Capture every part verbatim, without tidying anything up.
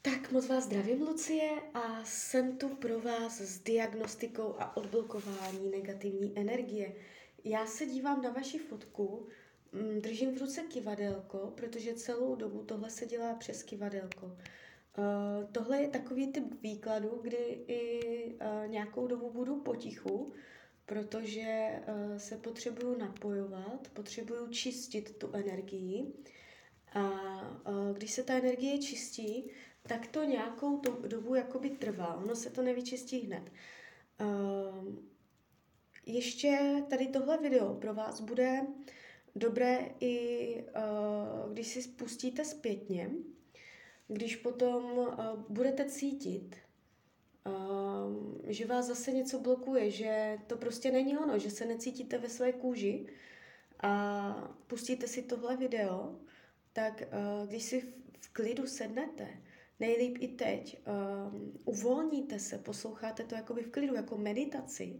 Tak moc vás zdravím, Lucie, a jsem tu pro vás s diagnostikou a odblokování negativní energie. Já se dívám na vaši fotku, mm, držím v ruce kivadelko, protože celou dobu tohle se dělá přes kivadelko. Uh, tohle je takový typ výkladu, kdy i uh, nějakou dobu budu potichu, protože uh, se potřebuju napojovat, potřebuju čistit tu energii. A uh, když se ta energie čistí, tak to nějakou to, dobu jakoby trvá. Ono se to nevyčistí hned. Uh, ještě tady tohle video pro vás bude dobré i uh, když si spustíte zpětně, když potom uh, budete cítit, uh, že vás zase něco blokuje, že to prostě není ono, že se necítíte ve své kůži a pustíte si tohle video, tak uh, když si v, v klidu sednete, nejlíp i teď, um, uvolníte se, posloucháte to jakoby v klidu, jako meditaci,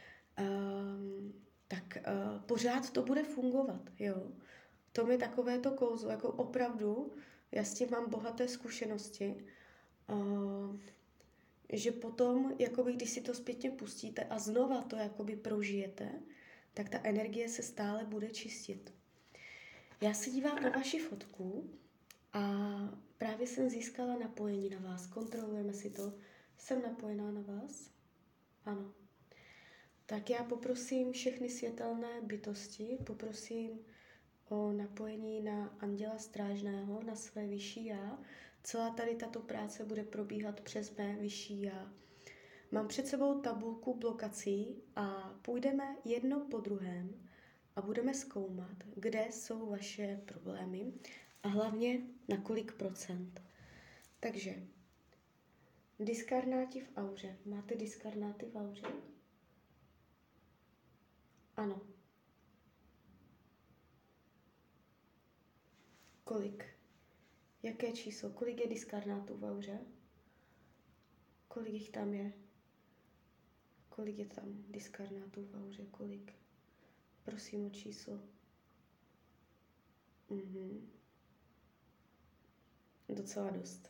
um, tak uh, pořád to bude fungovat, jo. To mi takové to kouzlo, jako opravdu, já s tím mám bohaté zkušenosti, uh, že potom, jakoby, když si to zpětně pustíte a znova to jakoby prožijete, tak ta energie se stále bude čistit. Já se dívám na vaši fotku a právě jsem získala napojení na vás. Kontrolujeme si to. Jsem napojená na vás? Ano. Tak já poprosím všechny světelné bytosti, poprosím o napojení na anděla strážného, na své vyšší já. Celá tady tato práce bude probíhat přes mé vyšší já. Mám před sebou tabulku blokací a půjdeme jedno po druhém a budeme zkoumat, kde jsou vaše problémy a hlavně na kolik procent. Takže diskarnáti v auře. Máte diskarnáty v auře? Ano. Kolik? Jaké číslo? Kolik je diskarnátů v auře? Kolik jich tam je? Kolik je tam diskarnátů v auře? Kolik? Prosím o číslo. Mhm. Docela dost.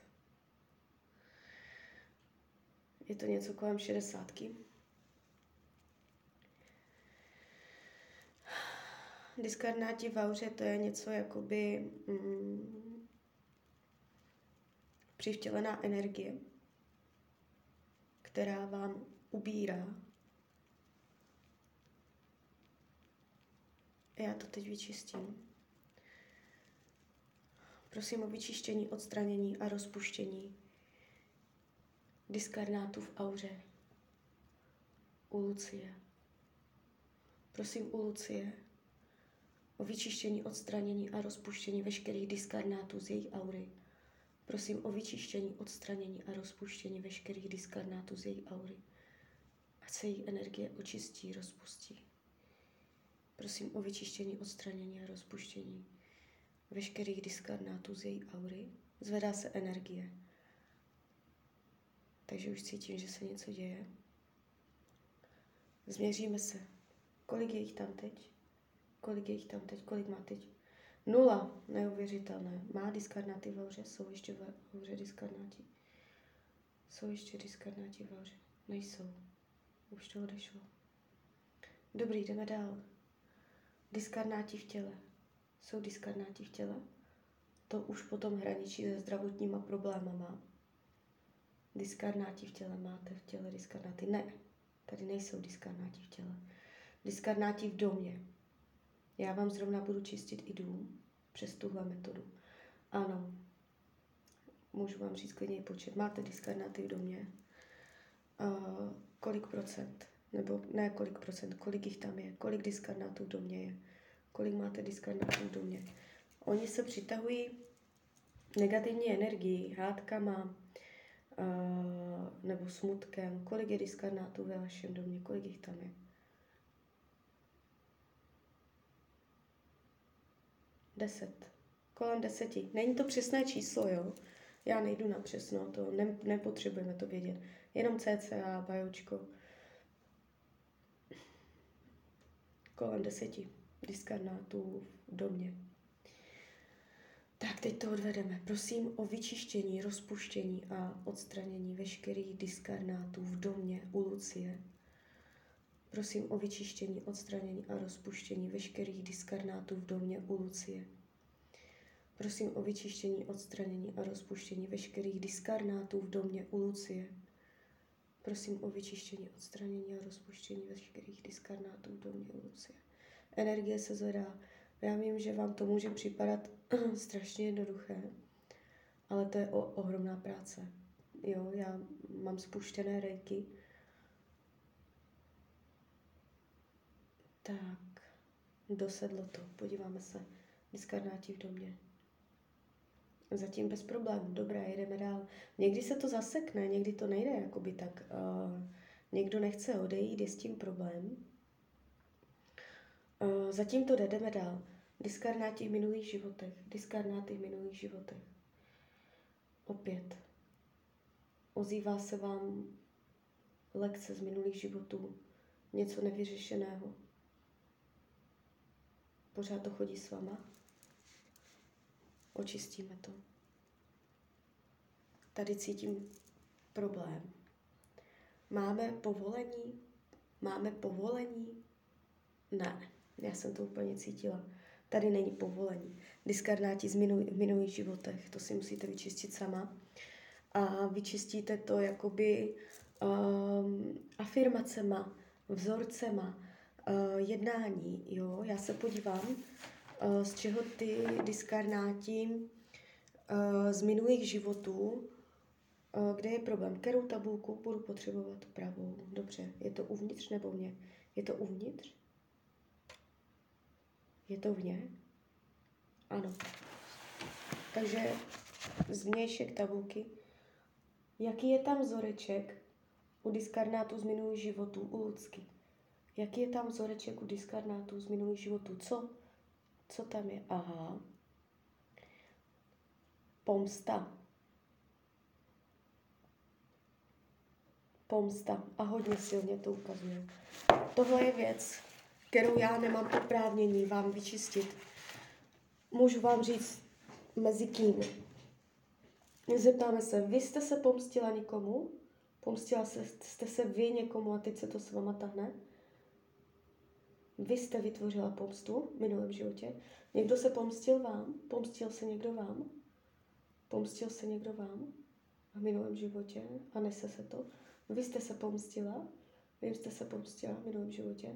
Je to něco kolem šedesátky. Diskarnáti v auře, to je něco jakoby mm, přivtělená energie, která vám ubírá. Já to teď vyčistím. Prosím o vyčištění, odstranění a rozpuštění diskarnátu v auře u Lucie. Prosím u Lucie o vyčištění, odstranění a rozpuštění veškerých diskarnátů z její aury. Prosím o vyčištění, odstranění a rozpuštění veškerých diskarnátů z její aury. Ať se její energie očistí, rozpustí. Prosím o vyčištění, odstranění a rozpuštění veškerých diskarnátů z její aury. Zvedá se energie. Takže už cítím, že se něco děje. Změříme se. Kolik je jich tam teď? Kolik je jich tam teď? Kolik má teď? Nula. Neuvěřitelné. Má diskarnáty v auře? Jsou ještě v auře diskarnáti? Jsou ještě diskarnáti v auře? Nejsou. Už to odešlo. Dobrý, jdeme dál. Diskarnáti v těle. Jsou diskarnáti v těle? To už potom hraničí se zdravotníma problémama. Diskarnáti v těle. Máte v těle diskarnáty? Ne, tady nejsou diskarnáti v těle. Diskarnáti v domě. Já vám zrovna budu čistit i dům přes tuhle metodu. Ano, můžu vám říct klidně počet. Máte diskarnáty v domě? Uh, kolik procent? Nebo ne kolik procent, kolik jich tam je? Kolik diskarnátů v domě je? Kolik máte diskarnátů v domě? Oni se přitahují negativní energií, hádkama, uh, nebo smutkem. Kolik je diskarnátů ve vašem domě? Kolik jich tam je? Deset. Kolem deseti. Není to přesné číslo, jo? Já nejdu na přesno, to ne, nepotřebujeme to vědět. Jenom cca, bajočko. Kolem deseti diskarnátů v domě. Tak, teď to odvedeme. Prosím o vyčištění, rozpuštění a odstranění veškerých diskarnátů v domě u Lucie. Prosím o vyčištění, odstranění a rozpuštění veškerých diskarnátů v domě u Lucie. Prosím o vyčištění, odstranění a rozpuštění veškerých diskarnátů v domě u Lucie. Prosím o vyčištění, odstranění a rozpuštění veškerých diskarnátů v domě u Lucie. Energie se zvedá. Já vím, že vám to může připadat strašně jednoduché, ale to je o, ohromná práce. Jo, já mám spuštěné rejky. Tak, dosedlo to. Podíváme se. Diskarnáti v domě. Zatím bez problémů. Dobré, jedeme dál. Někdy se to zasekne, někdy to nejde, jakoby tak. Uh, někdo nechce odejít, je s tím problém. Uh, zatím to jde, jdeme dál. Diskarnáti v minulých životech. Diskarnáty v minulých životech. Opět. Ozývá se vám lekce z minulých životů. Něco nevyřešeného. Pořád to chodí s váma. Očistíme to. Tady cítím problém. Máme povolení? Máme povolení? Ne, já jsem to úplně cítila. Tady není povolení. Diskarnáti z minulý, v minulých životech, to si musíte vyčistit sama. A vyčistíte to jakoby um, afirmacema, vzorcema, uh, jednání. Jo? Já se podívám, uh, z čeho ty diskarnáti uh, z minulých životů, uh, kde je problém. Kterou tabulku budu potřebovat? Pravou. Dobře, je to uvnitř nebo vně? Je to uvnitř? Je to vně? Ano. Takže z vnějšek tabulky. Jaký je tam vzoreček u diskarnátů z minulých životů u Lucky? Jaký je tam vzoreček u diskarnátů z minulých životů? Co? Co tam je? Aha. Pomsta. Pomsta. A hodně silně to ukazuje. Tohle je věc, kterou já nemám oprávnění vám vyčistit. Můžu vám říct, mezi kým. Zeptáme se, vy jste se pomstila někomu? Pomstila se, jste se vy někomu a teď se to s váma tahne? Vy jste vytvořila pomstu v minulém životě. Někdo se pomstil vám? Pomstil se někdo vám? Pomstil se někdo vám v minulém životě a nese se to? Vy jste se pomstila? Vy jste se pomstila v minulém životě?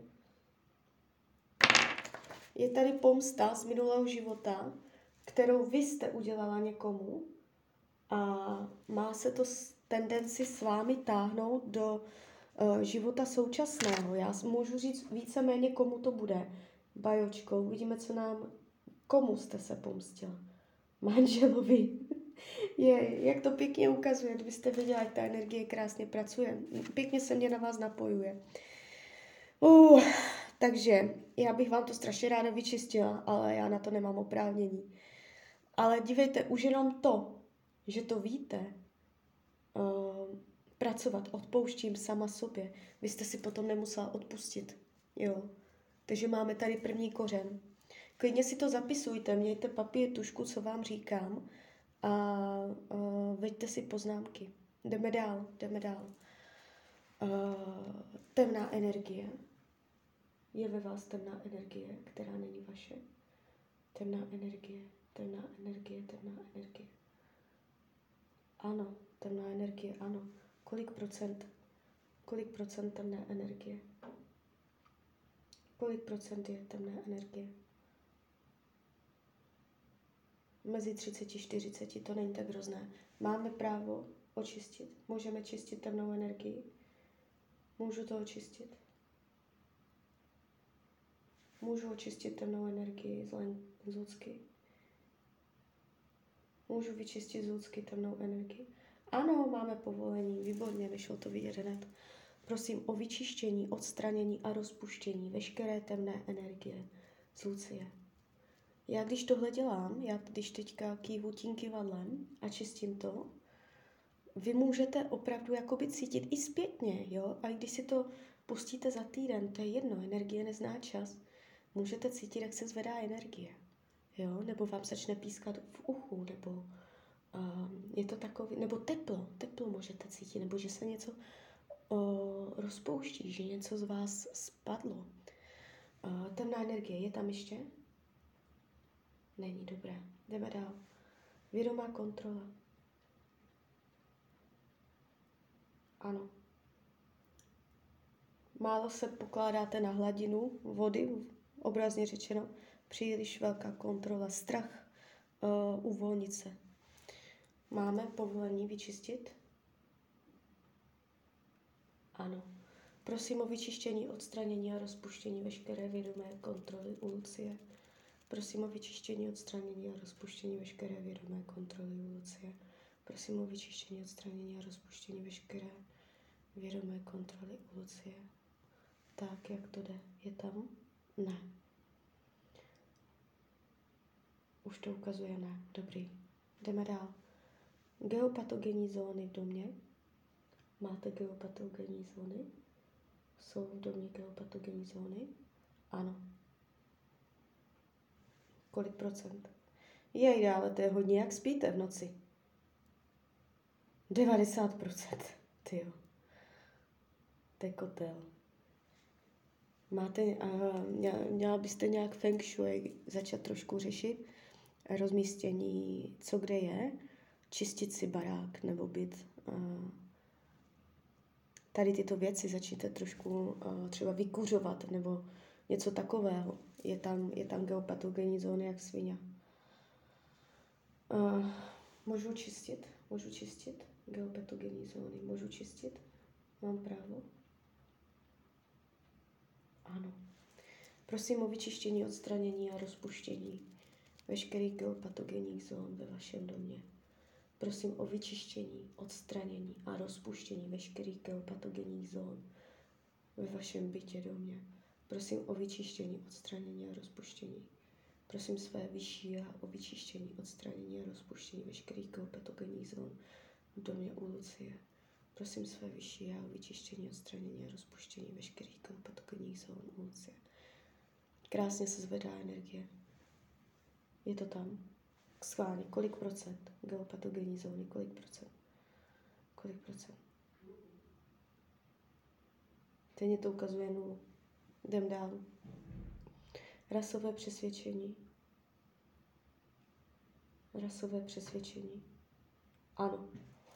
Je tady pomsta z minulého života, kterou vy jste udělala někomu a má se to tendenci s vámi táhnout do uh, života současného. Já můžu říct víceméně, komu to bude. Bajočkou, uvidíme, co nám, komu jste se pomstila. Manželovi. Je, jak to pěkně ukazuje, kdybyste viděla, jak ta energie krásně pracuje. Pěkně se mě na vás napojuje. Uh, takže já bych vám to strašně ráda vyčistila, ale já na to nemám oprávnění. Ale dívejte, už jenom to, že to víte, uh, pracovat, odpouštím sama sobě. Vy jste si potom nemusela odpustit. Jo. Takže máme tady první kořen. Klidně si to zapisujte, mějte papír, tušku, co vám říkám a uh, veďte si poznámky. Jdeme dál, jdeme dál. Uh, temná energie. Je ve vás temná energie, která není vaše. Temná energie, temná energie, temná energie. Ano, temná energie, ano. Kolik procent? Kolik procent temné energie? Kolik procent je temné energie? Mezi třicet a čtyřicet, to není tak hrozné. Máme právo očistit. Můžeme čistit temnou energii. Můžu to očistit. Můžu očistit temnou energii z Lucky. Můžu vyčistit z Lucky temnou energii. Ano, máme povolení, výborně, nešlo to vidět hned. Prosím o vyčištění, odstranění a rozpuštění veškeré temné energie z Lucie. Já když tohle dělám, já když teďka kývu tím kyvadlem a čistím to, vy můžete opravdu jakoby cítit i zpětně, jo? A když si to pustíte za týden, to je jedno, energie nezná čas, můžete cítit, jak se zvedá energie. jo, nebo vám začne pískat v uchu, nebo um, je to takový, nebo teplo, teplo můžete cítit, nebo že se něco uh, rozpouští, že něco z vás spadlo. Uh, temná energie, je tam ještě? Není, dobré. Jdeme dál. Vědomá kontrola. Ano. Málo se pokládáte na hladinu vody, obrazně řečeno, příliš velká kontrola, strach, uh, uvolnit se. Máme povolení vyčistit? Ano. Prosím o vyčištění, odstranění a rozpuštění veškeré vědomé kontroly u Lucie. Prosím o vyčištění, odstranění a rozpuštění veškeré vědomé kontroly u Lucie. Prosím o vyčištění, odstranění a rozpuštění veškeré vědomé kontroly u Lucie. Tak, jak to jde? Je tam? Ne. Už to ukazuje ne. Dobrý. Jdeme dál. Geopatogenní zóny v domě. Máte geopatogenní zóny? Jsou v domě geopatogenní zóny? Ano. Kolik procent? Jej, ale to je hodně, jak spíte v noci. devadesát procent. Tyjo. To je kotel. Máte, uh, měla byste nějak feng shui začat trošku řešit rozmístění, co kde je, čistit si barák nebo byt. Uh, tady tyto věci začněte trošku uh, třeba vykuřovat nebo něco takového. Je tam, je tam geopatogenní zóny jak svině. Uh, můžu čistit? Můžu čistit geopatogenní zóny? Můžu čistit? Mám právo? Ano. Prosím o vyčištění, odstranění a rozpuštění veškerých geopatogenních zón ve vašem domě. Prosím o vyčištění, odstranění a rozpuštění veškerých geopatogenních zón ve vašem bytě domě. Prosím o vyčištění, odstranění a rozpuštění. Prosím své vyšší a o vyčištění, odstranění a rozpuštění veškerých geopatogenních zón v domě u Lucie. Prosím své vyšší a o vyčištění, odstranění a rozpuštění veškerých geopatogenních zón u Lucie. Krásně se zvedá energie. Je to tam? Schválně. Kolik procent? Geopatogenní zóny. Kolik procent? Kolik procent? Stejně to ukazuje nulu. Jdem dál. Rasové přesvědčení. Rasové přesvědčení. Ano.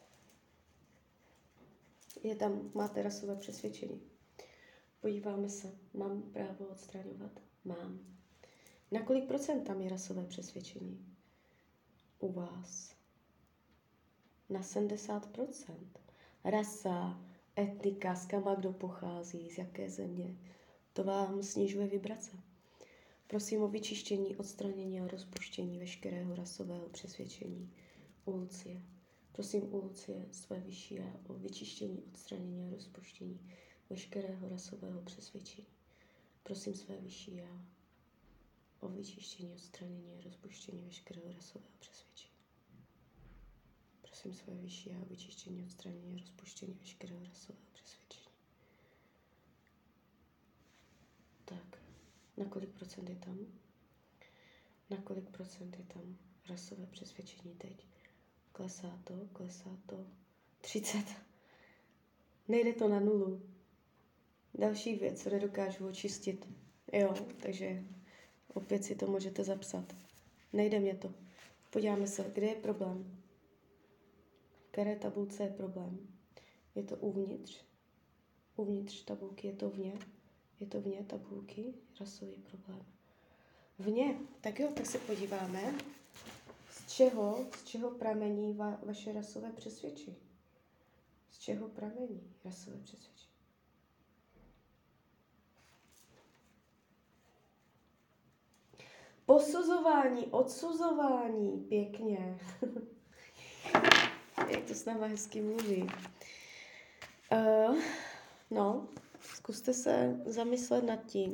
Je tam, máte rasové přesvědčení. Podíváme se. Mám právo odstraňovat? Mám. Na kolik procent tam je rasové přesvědčení? U vás. Na sedmdesát procent. Rasa, etnika, z kam a kdo pochází, z jaké země. To vám snižuje vibrace. Prosím o vyčištění, odstranění a rozpuštění veškerého rasového přesvědčení u Lucie. Prosím u Lucie své vyšší a o vyčištění, odstranění a rozpuštění veškerého rasového přesvědčení. Prosím své vyšší a o vyčištění, odstranění a rozpuštění veškerého rasového přesvědčení. Prosím své vyšší a o vyčištění, odstranění a rozpuštění veškerého rasového přesvědčení. Tak, na kolik procent je tam? Na kolik procent je tam rasové přesvědčení teď? Klesá to, klesá to. třicet. Nejde to na nulu. Další věc, co nedokážu očistit. Jo, takže opět si to můžete zapsat. Nejde mě to. Podíváme se, kde je problém. V které tabulce je problém? Je to uvnitř? Uvnitř tabulky, je to vně? Je to vně tabulky? Rasový problém. Vně. Tak jo, tak se podíváme, z čeho, z čeho pramení va, vaše rasové přesvědčení. Z čeho pramení rasové přesvědčení? Posuzování, odsuzování, pěkně. Jak to s náma hezky mluví. Uh, no, zkuste se zamyslet nad tím,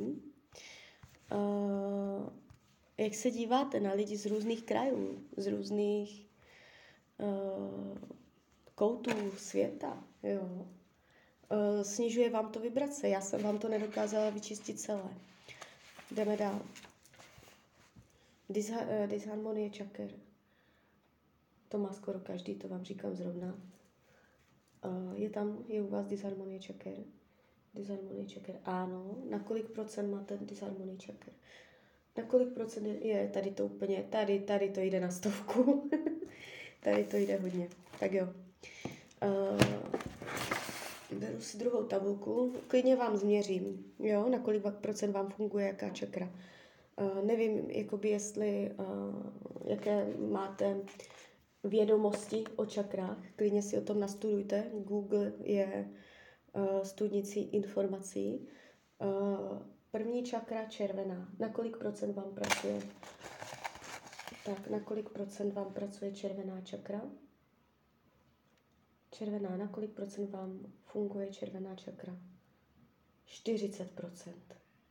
uh, jak se díváte na lidi z různých krajů, z různých uh, koutů světa. Jo. Uh, snižuje vám to vibrace. Já jsem vám to nedokázala vyčistit celé. Jdeme dál. Disha, uh, disharmonie čaker. To má skoro každý, to vám říkám zrovna. Uh, je tam, je u vás disharmonie čaker? Disharmonie čaker, ano. Na kolik procent máte disharmonie čaker? Na kolik procent je, je tady to úplně, tady, tady to jde na stovku. Tady to jde hodně. Tak jo. Uh, beru si druhou tabulku, klidně vám změřím, jo, na kolik procent vám funguje jaká čakra. Uh, nevím, jakoby jestli, uh, jaké máte vědomosti o čakrách, klidně si o tom nastudujte. Google je uh, studnicí informací. Uh, první čakra červená. Na kolik procent vám pracuje? Tak, na kolik procent vám pracuje červená čakra? Červená, na kolik procent vám funguje červená čakra? čtyřicet procent.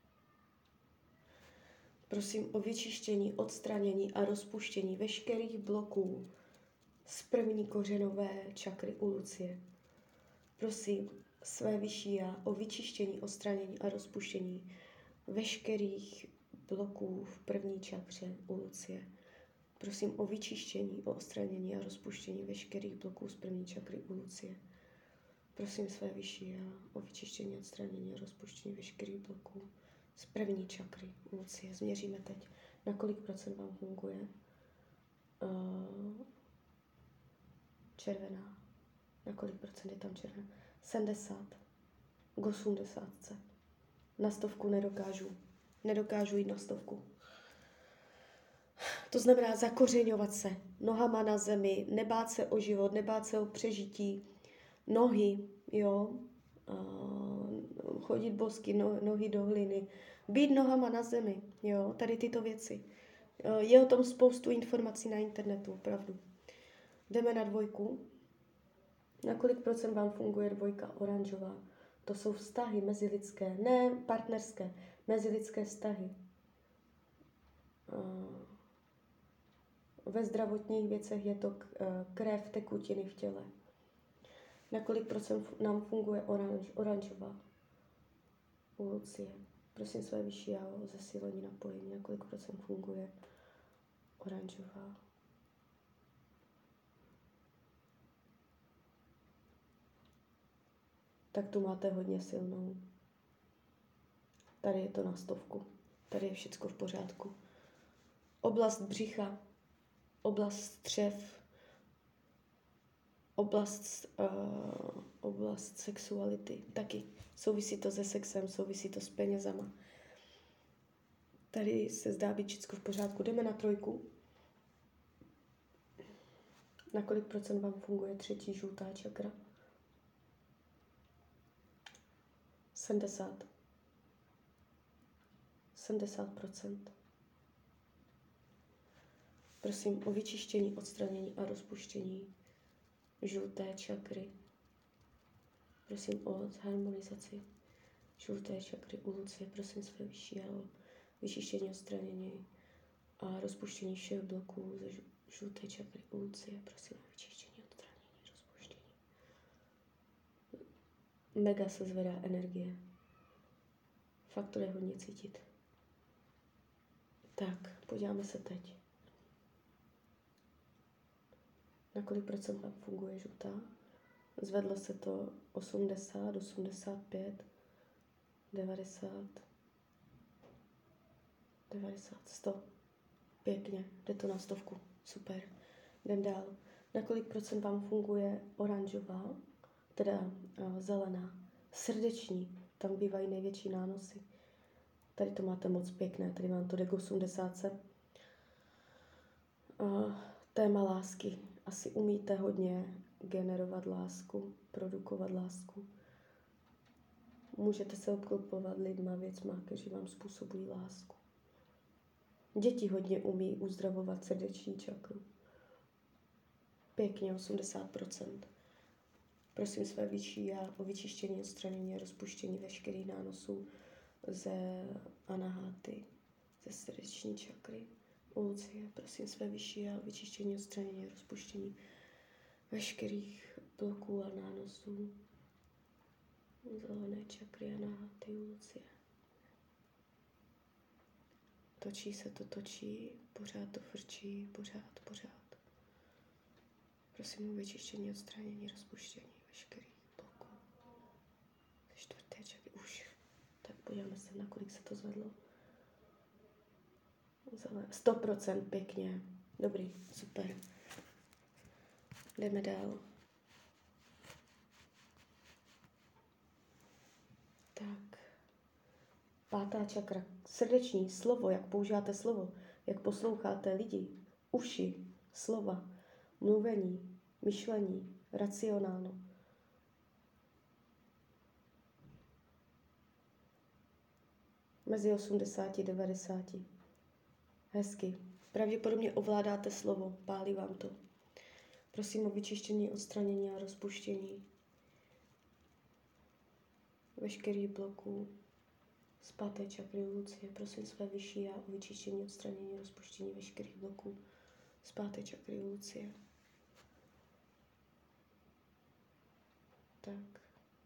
Prosím o vyčištění, odstranění a rozpuštění veškerých bloků z první kořenové čakry u Lucie. Prosím své vyšší já o vyčištění, odstranění a rozpuštění veškerých bloků v první čakře u Lucie. Prosím o vyčištění, o odstranění a rozpuštění veškerých bloků z první čakry u Lucie. Prosím své vyšší já o vyčištění, odstranění a rozpuštění veškerých bloků z první čakry u Lucie. Změříme teď, na kolik procent vám funguje. Uh, červená. Na kolik procent je tam červená? sedmdesát. K osmdesát. Na stovku nedokážu. Nedokážu jít na stovku. To znamená zakořeňovat se nohama na zemi, nebát se o život, nebát se o přežití, nohy, jo, uh, chodit bosky, no, nohy do hliny, být nohama na zemi, jo, tady tyto věci. Uh, je o tom spoustu informací na internetu, opravdu. Jdeme na dvojku. Na kolik procent vám funguje dvojka oranžová? To jsou vztahy mezilidské, ne partnerské, mezilidské vztahy. Uh, Ve zdravotních věcech je to krev, tekutiny v těle. Na kolik procent nám funguje oranž, oranžová? U Lucie. Prosím své vyšší já o zesílení napojení. Na kolik procent funguje oranžová? Tak tu máte hodně silnou. Tady je to na stovku. Tady je všecko v pořádku. Oblast břicha, oblast střev, oblast, uh, oblast sexuality, taky. Souvisí to se sexem, souvisí to s penězama. Tady se zdá být všechno v pořádku. Jdeme na trojku. Na kolik procent vám funguje třetí žlutá čakra? sedmdesát. sedmdesát procent. Prosím o vyčištění, odstranění a rozpuštění žluté čakry. Prosím o harmonizaci žluté čakry u Lucie. Prosím své vyšší o vyčištění, odstranění a rozpuštění všech bloků ze žluté čakry u Lucie. Prosím o vyčištění, odstranění, rozpuštění. Mega se zvedá energie. Fakt to jde hodně cítit. Tak, podíváme se teď. Na kolik procent vám funguje žlutá? Zvedlo se to osmdesát, osmdesát pět, devadesát, devadesát, sto. Pěkně, jde to na stovku. Super. Jdem dál. Na kolik procent vám funguje oranžová, teda uh, zelená, srdeční, tam bývají největší nánosy. Tady to máte moc pěkné, tady vám to jde k osmdesát. Uh, téma lásky. Asi umíte hodně generovat lásku, produkovat lásku. Můžete se obklopovat lidma, věcma, kteří vám způsobují lásku. Děti hodně umí uzdravovat srdeční čakru. Pěkně, osmdesát procent. Prosím své vyšší já o vyčištění, odstranění a rozpuštění veškerých nánosů ze anaháty, ze srdeční čakry. U Lucie, prosím své vyšší já o vyčištění, odstranění a rozpuštění veškerých bloků a nánosů zelené čakry a anaháty u Lucie. Točí se to, točí, pořád to frčí, pořád, pořád. Prosím o vyčištění, odstranění, rozpuštění veškerých bloků. Ze čtvrté čakry už. Tak podíváme se, na kolik se to zvedlo. sto procent pěkně. Dobrý, super. Jdeme dál. Tak. Pátá čakra. Srdeční, slovo, jak používáte slovo, jak posloucháte lidi, uši, slova, mluvení, myšlení, racionálno. Mezi osmdesáti a devadesáti. Hezky. Pravděpodobně ovládáte slovo, pálí vám to. Prosím o vyčištění, odstranění a rozpuštění veškerých bloků z páté čakry Lucie. Prosím své vyšší já o vyčištění, odstranění a rozpuštění veškerých bloků z páté čakry Lucie. Tak.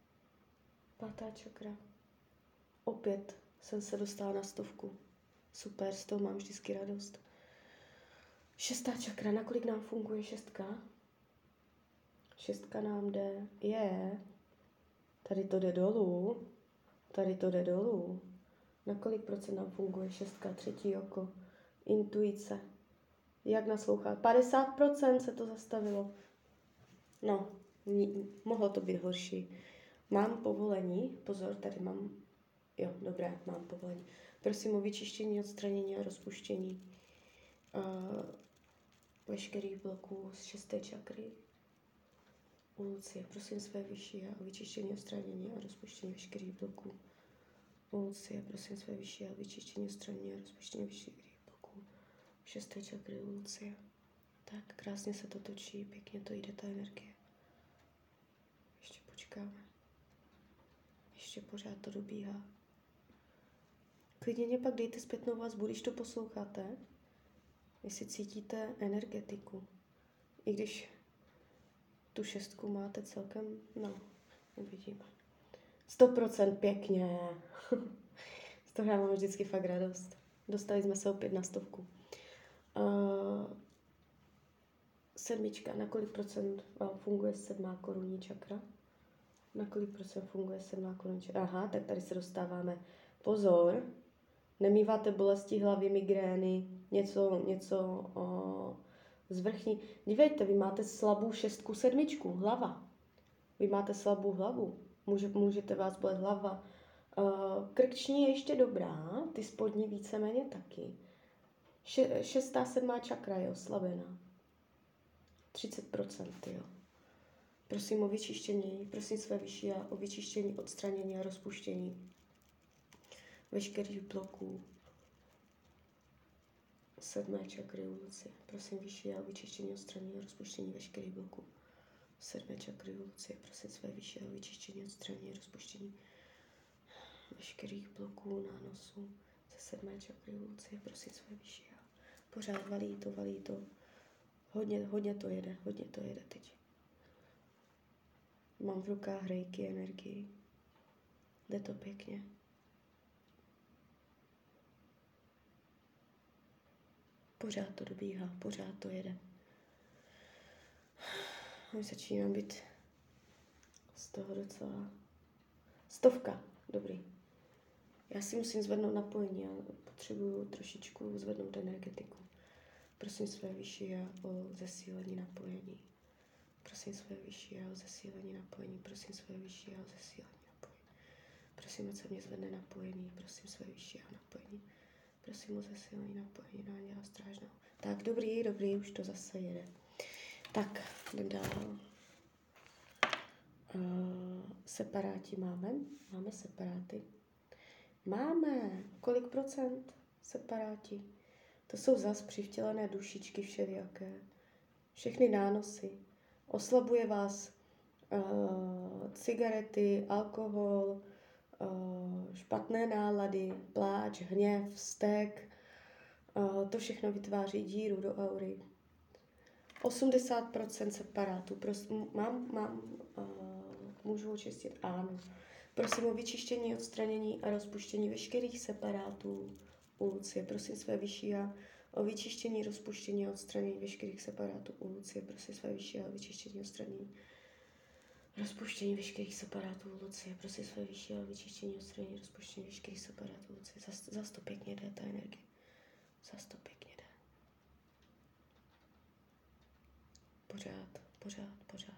Pátá čakra. Opět jsem se dostala na stovku. Super, z toho mám vždycky radost. Šestá čakra. Nakolik nám funguje šestka? Šestka nám jde, je, tady to jde dolů, tady to jde dolů. Na kolik procent nám funguje šestka, třetí oko, intuice. Jak naslouchat? padesát procent se to zastavilo. No, mohlo to být horší. Mám povolení, pozor, tady mám, jo, dobré, mám povolení. Prosím o vyčištění, odstranění a rozpuštění uh, veškerých bloků z šesté čakry. U Lucie, prosím své vyšší a o vyčištění, odstranění a rozpuštění veškerých bloků. U Lucie, prosím své vyšší a o vyčištění, odstranění a rozpuštění veškerých bloků. Šesté čakry u Lucie. Tak, krásně se to točí, pěkně to jde ta energie. Ještě počkáme. Ještě pořád to dobíhá. Klidně mě pak dejte zpětnou vazbu, když to posloucháte, jestli cítíte energetiku. I když tu šestku máte celkem, no, uvidíme. sto procent pěkně. Z toho já mám vždycky fakt radost. Dostali jsme se opět na stovku. Uh, sedmička, na kolik procent funguje sedmá korunní čakra? Na kolik procent funguje sedmá korunní čakra? Aha, tak tady se dostáváme. Pozor, nemýváte bolesti hlavy, migrény, něco, něco o, zvrchní. Dívejte, vy máte slabou šestku, sedmičku, hlava. Vy máte slabou hlavu, Může, můžete vás bolet hlava. Uh, krční je ještě dobrá, ty spodní víceméně taky. Še, šestá, sedmá čakra je oslabená. třicet procent, jo. Prosím o vyčištění, prosím své vyšší a o vyčištění, odstranění a rozpuštění veškerých bloků sedmé čakry u Lucie. Prosím vyšší a o vyčištění, odstranění a rozpuštění veškerých bloků sedmé čakry u Lucie. Prosím své vyšší a o vyčištění, odstranění a rozpuštění veškerých bloků nánosů ze sedmé čakry u Lucie. Prosím své vyšší a pořád valí to, valí to. Hodně, hodně to jede, hodně to jede teď. Mám v rukách hrejky, energii. Jde to pěkně. Pořád to dobíhá, pořád to jede. Už začínám být z toho docela... Stovka, dobrý. Já si musím zvednout napojení, já potřebuju trošičku zvednout energetiku. Prosím své vyšší a o zesílení napojení. Prosím své vyšší a o zesílení napojení. Prosím své vyšší a o zesílení napojení. Prosím, ať se mě zvedne napojení. Prosím své vyšší a napojení. Prosím o zesílení napojení na Anděla Strážného. Tak, dobrý, dobrý, už to zase jede. Tak, jdem dál. Uh, separáti máme? Máme separáty. Máme. Kolik procent separáti? To jsou zas přivtělené dušičky všelijaké. Všechny nánosy. Oslabuje vás uh, cigarety, alkohol, uh, špatné nálady, pláč, hněv, vztek. Uh, to všechno vytváří díru do aury. osmdesát procent separátů. Prosím, mám, mám, uh, můžu očistit? Ano. Prosím o vyčištění, odstranění a rozpuštění veškerých separátů u Lucie. Prosím své vyšší já o vyčištění, rozpuštění a odstranění veškerých separátů u Lucie. Prosím své vyšší já o vyčištění, odstranění, rozpuštění veškerých separátů u Lucie. Prosím své vyšší já o vyčištění, odstranění, rozpuštění veškerých separátů u Lucie. Zas, zas to pěkně jde, ta energie. Zas to pěkně jde. Pořád, pořád, pořád.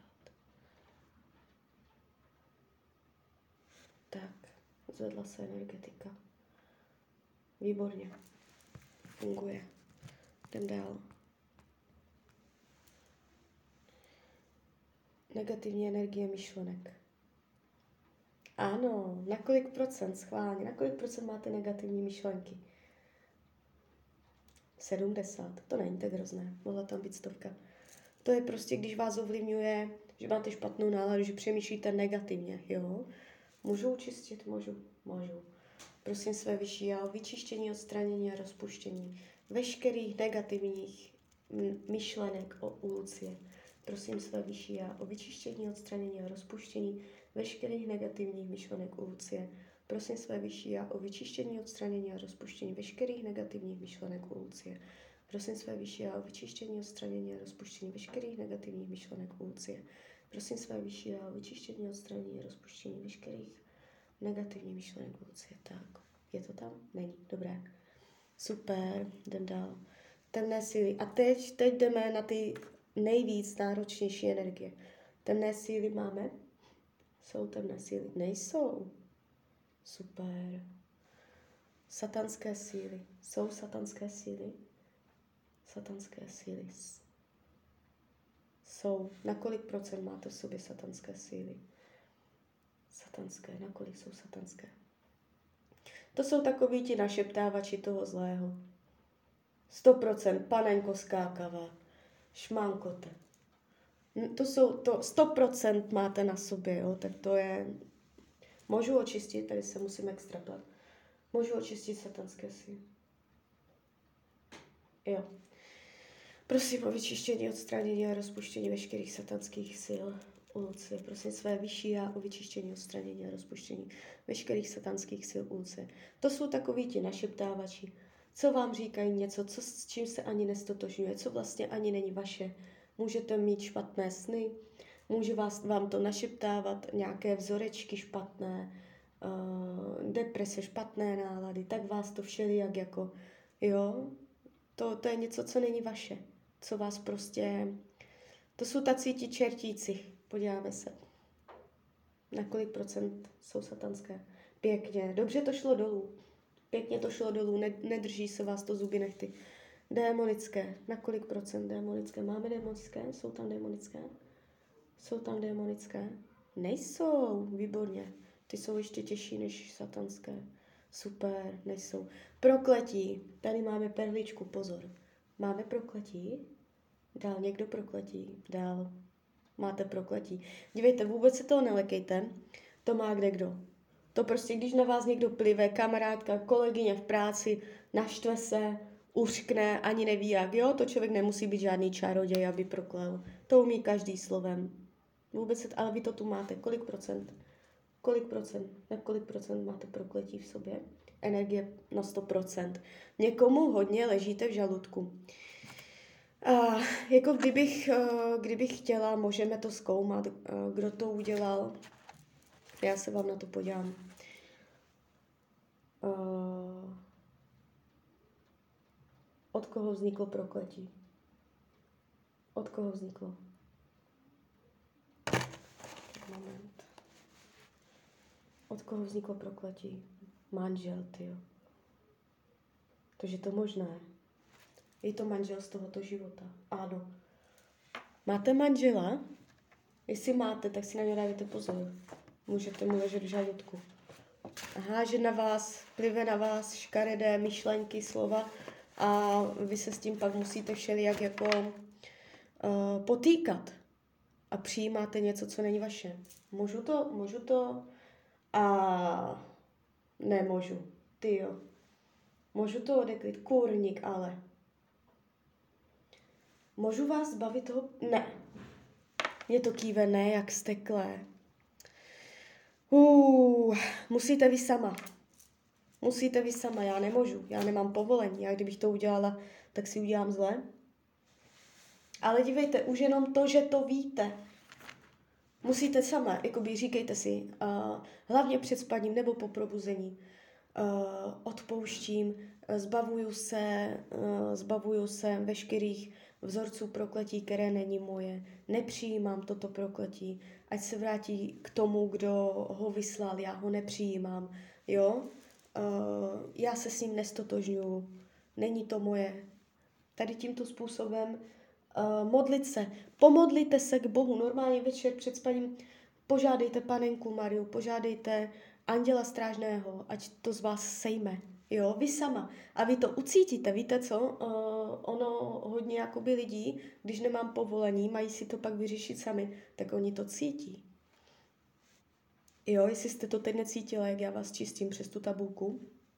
Tak, zvedla se energetika. Výborně. Funguje. Jdem dál. Negativní energie myšlenek. Ano, na kolik procent, schválně, na kolik procent máte negativní myšlenky? sedmdesát, to není tak hrozné, mohla tam být stovka. To je prostě, když vás ovlivňuje, že máte špatnou náladu, že přemýšlíte negativně, jo? Můžu čistit? Můžu, můžu. Prosím své vyšší já o vyčištění, odstranění a rozpuštění veškerých negativních myšlenek o u Lucie. Prosím své vyšší já o vyčištění, odstranění a rozpuštění veškerých negativních myšlenek u Lucie. Prosím své vyšší já o vyčištění, odstranění a rozpuštění veškerých negativních myšlenek u Lucie. Prosím své vyšší já o vyčištění, odstranění a rozpuštění veškerých negativních myšlenek u Lucie. Prosím své vyšší já o vyčištění, odstranění a rozpuštění veškerých negativních myšlenek u Lucie. Tak, je to tam? Není. Dobré. Super, jdem dál. Temné síly. A teď, teď jdeme na ty nejvíc náročnější energie. Temné síly máme? Jsou temné síly? Nejsou. Super. Satanské síly. Jsou satanské síly? Satanské síly. Jsou. Na kolik procent máte v sobě satanské síly? Satanské. Na kolik jsou satanské? To jsou takoví ti našeptávači toho zlého. sto procent panenko skákavá. Šmánkote. To jsou, to sto procent máte na sobě, jo, tak to je, můžu očistit, tady se musím extrapat, můžu očistit satanské síly. Jo. Prosím o vyčištění, odstranění a rozpuštění veškerých satanských sil u Lucie. Prosím své vyšší já o vyčištění, odstranění a rozpuštění veškerých satanských sil u Lucie. To jsou takoví ti našeptávači, co vám říkají něco, co, s čím se ani nestotožňuje, co vlastně ani není vaše. Můžete mít špatné sny, může vás, vám to našeptávat nějaké vzorečky špatné, uh, deprese, špatné nálady, tak vás to všelijak jako, jo, to, to je něco, co není vaše, co vás prostě, to jsou tací ti čertíci, podíváme se, na kolik procent jsou satanské. Pěkně, dobře to šlo dolů, pěkně to šlo dolů, nedrží se vás to zuby nechty. Démonické. Na kolik procent démonické? Máme démonické? Jsou tam démonické? Jsou tam démonické? Nejsou. Výborně. Ty jsou ještě těžší než satanské. Super. Nejsou. Prokletí. Tady máme perličku. Pozor. Máme prokletí? Dál někdo prokletí? Dál. Máte prokletí. Dívejte, vůbec se toho nelekejte. To má kde kdo. To prostě, když na vás někdo plive, kamarádka, kolegyně v práci, naštve se, uřkne, ani neví jak, jo, to člověk nemusí být žádný čaroděj, aby proklel. To umí každý slovem. Vůbec se, ale vy to tu máte. Kolik procent? Kolik procent? Na kolik procent máte prokletí v sobě? Energie na sto procent. Někomu hodně ležíte v žaludku. A jako kdybych, kdybych chtěla, můžeme to zkoumat, kdo to udělal. Já se vám na to podívám. Uh, od koho vzniklo prokletí? Od koho vzniklo? Moment. Od koho vzniklo prokletí? Manžel, tyjo. Takže to možné. Je to manžel z tohoto života. Ano. Máte manžela? Jestli máte, tak si na něj dávajte pozor. Můžete mu ležet v žaludku. Aha, že na vás, plive na vás škaredé myšlenky, slova a vy se s tím pak musíte všelijak jako uh, potýkat. A přijímáte něco, co není vaše. Můžu to? Můžu to? A nemůžu. Ty jo. Můžu to odeklit. Kurník, ale. Můžu vás zbavit toho? Ne. Je to kývené, jak steklé. Uh, musíte vy sama. Musíte vy sama, já nemůžu, já nemám povolení. Já kdybych to udělala, tak si udělám zle. Ale dívejte, už jenom to, že to víte, musíte sama, jakoby říkejte si, uh, hlavně před spaním nebo po probuzení, uh, odpouštím, uh, zbavuju se, uh, zbavuju se veškerých vzorců prokletí, které není moje, nepřijímám toto prokletí, ať se vrátí k tomu, kdo ho vyslal, já ho nepřijímám, jo? Uh, já se s ním nestotožňuju, není to moje. Tady tímto způsobem Uh, modlit se. Pomodlite se k Bohu. Normálně večer před spaním požádejte Panenku Mariu, požádejte Anděla Strážného, ať to z vás sejme. Jo, vy sama. A vy to ucítíte. Víte co? Uh, ono hodně jakoby lidí, když nemám povolení, mají si to pak vyřešit sami, tak oni to cítí. Jo, jestli jste to teď necítila, jak já vás čistím přes tu tabulku,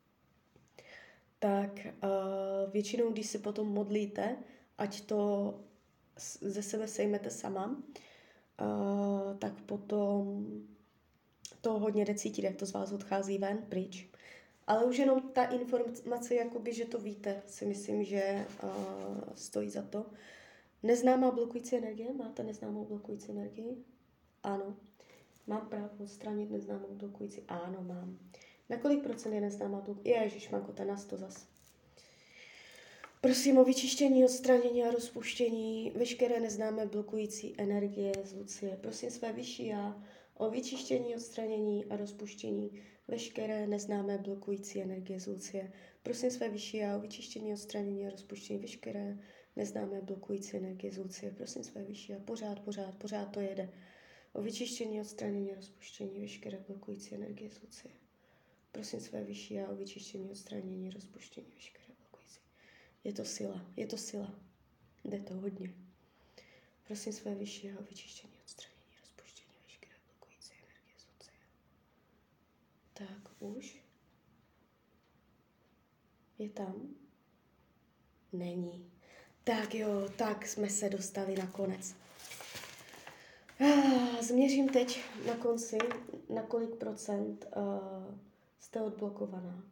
tak uh, většinou, když se potom modlíte, ať to ze sebe sejmete sama, uh, tak potom to hodně jde cítit, jak to z vás odchází ven, pryč. Ale už jenom ta informace, jakoby, že to víte, si myslím, že uh, stojí za to. Neznámá blokující energie? Máte neznámou blokující energii? Ano. Mám právo odstranit neznámou blokující? Ano, mám. Na kolik procent je neznámá blokující? Ježišmanko, ta na sto zas. Prosím o vyčištění, odstranění a rozpuštění veškeré neznámé blokující energie z Lucie. Prosím své vyšší já o vyčištění, odstranění a rozpuštění veškeré neznámé blokující energie z Lucie. Prosím své vyšší já o vyčištění, odstranění a rozpuštění veškeré neznámé blokující energie z Lucie. Prosím své vyšší já pořád, pořád, pořád to jede. O vyčištění, odstranění a rozpuštění veškeré blokující energie z Lucie. Prosím své vyšší já o vyčištění, odstranění a rozpuštění veškeré. Je to sila, je to sila. Jde to hodně. Prosím své vyšší o vyčištění, odstranění, rozpuštění veškeré blokující energie z Lucie. Tak už. Je tam? Není. Tak jo, tak jsme se dostali na konec. Změřím teď na konci, na kolik procent uh, jste odblokovaná.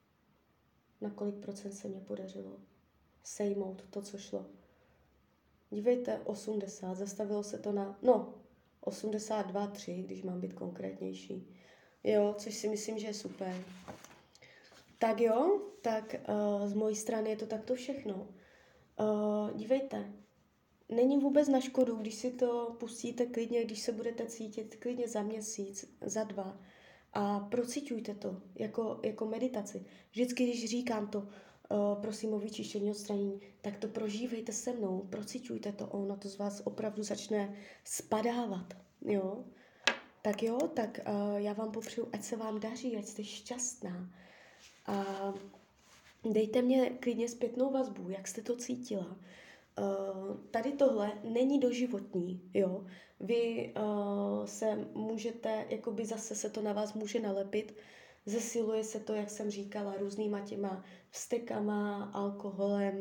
Na kolik procent se mě podařilo sejmout to, co šlo. Dívejte, osmdesát, zastavilo se to na, no, osmdesát dva tři, když mám být konkrétnější. Jo, což si myslím, že je super. Tak jo, tak uh, z mojí strany je to takto všechno. Uh, dívejte, není vůbec na škodu, když si to pustíte klidně, když se budete cítit klidně za měsíc, za dva a procitujte to jako, jako meditaci. Vždycky, když říkám to, Uh, prosím o vyčištění, odstranění, tak to prožívejte se mnou, procitujte to, ono to z vás opravdu začne spadávat, jo. Tak jo, tak uh, já vám popřeju, ať se vám daří, ať jste šťastná. A dejte mě klidně zpětnou vazbu, jak jste to cítila. Uh, tady tohle není doživotní, jo. Vy uh, se můžete, jakoby zase se to na vás může nalepit, zesiluje se to, jak jsem říkala, různýma těma vztekama, alkoholem,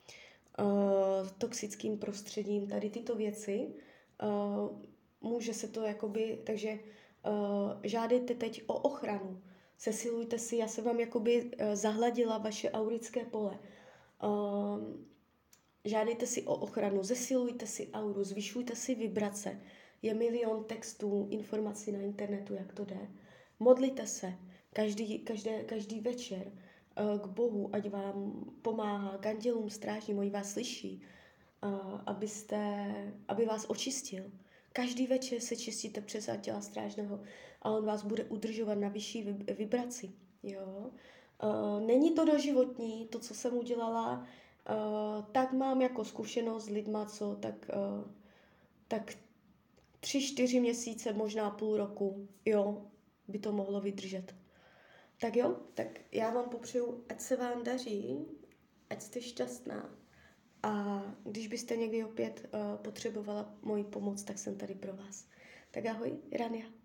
uh, toxickým prostředím, tady tyto věci. Uh, může se to jakoby, takže uh, žádejte teď o ochranu. Zesilujte si, já jsem vám jakoby uh, zahladila vaše aurické pole. Uh, žádejte si o ochranu, zesilujte si auru, zvyšujte si vibrace. Je milion textů, informací na internetu, jak to jde. Modlite se. Každý, každé, každý večer uh, k Bohu, ať vám pomáhá, k andělům strážním, oni vás slyší, uh, abyste, aby vás očistil. Každý večer se čistíte přes anděla strážného a on vás bude udržovat na vyšší vibraci. Jo? Uh, není to doživotní, to, co jsem udělala, uh, tak mám jako zkušenost s lidma, co tak, uh, tak tři, čtyři měsíce, možná půl roku, jo, by to mohlo vydržet. Tak jo, tak já vám popřeju, ať se vám daří, ať jste šťastná. A když byste někdy opět uh, potřebovala moji pomoc, tak jsem tady pro vás. Tak ahoj, Rania.